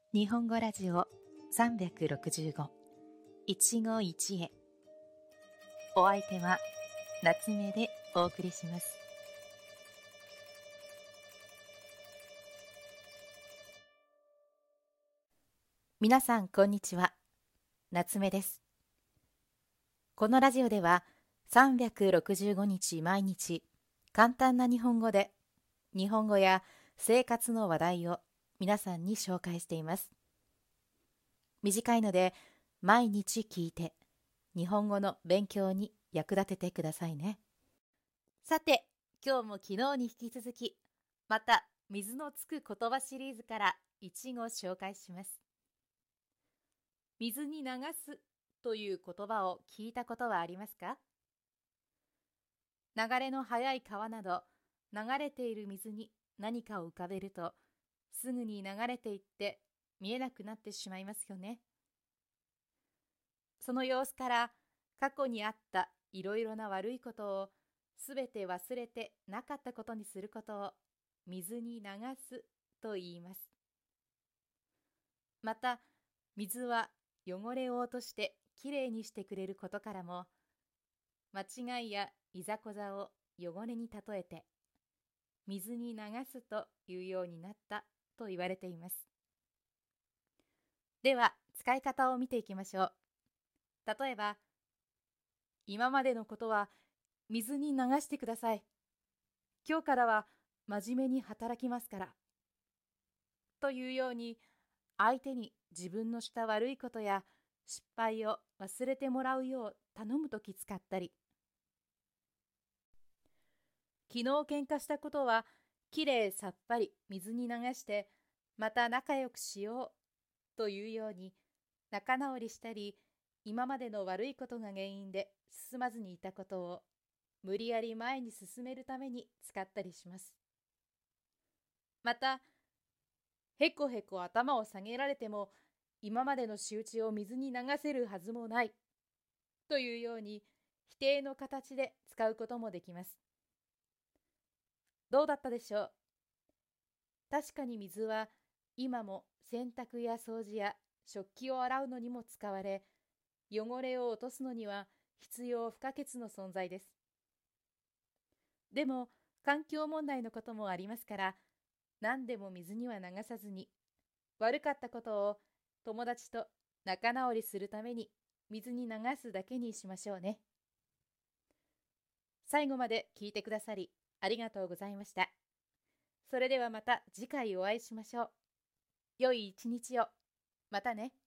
日本語ラジオ365一期一会。お相手は夏目でお送りします。皆さんこんにちは、夏目です。このラジオでは365日毎日簡単な日本語で日本語や生活の話題を皆さんに紹介しています。短いので毎日聞いて日本語の勉強に役立ててくださいね。さて、今日も昨日に引き続きまた水のつく言葉シリーズから一語紹介します。水に流すという言葉を聞いたことはありますか？流れの速い川など流れている水に何かを浮かべるとすぐに流れていって見えなくなってしまいますよね。その様子から過去にあったいろいろな悪いことをすべて忘れてなかったことにすることを水に流すと言います。また、水は汚れを落としてきれいにしてくれることからも、間違いやいざこざを汚れに例えて、水に流すというようになったと言われています。では、使い方を見ていきましょう。例えば、今までのことは水に流してください。今日からは真面目に働きますから。というように、相手に自分のした悪いことや失敗を忘れてもらうよう頼むとき使ったり、昨日喧嘩したことはきれいさっぱり水に流してまた仲良くしようというように仲直りしたり、今までの悪いことが原因で進まずにいたことを無理やり前に進めるために使ったりします。また、へこへこ頭を下げられても今までの仕打ちを水に流せるはずもないというように否定の形で使うこともできます。どうだったでしょう？確かに水は今も洗濯や掃除や食器を洗うのにも使われ、汚れを落とすのには必要不可欠の存在です。でも環境問題のこともありますから、何でも水には流さずに、悪かったことを友達と仲直りするために水に流すだけにしましょうね。最後まで聞いてくださりありがとうございました。それではまた次回お会いしましょう。良い一日を。またね。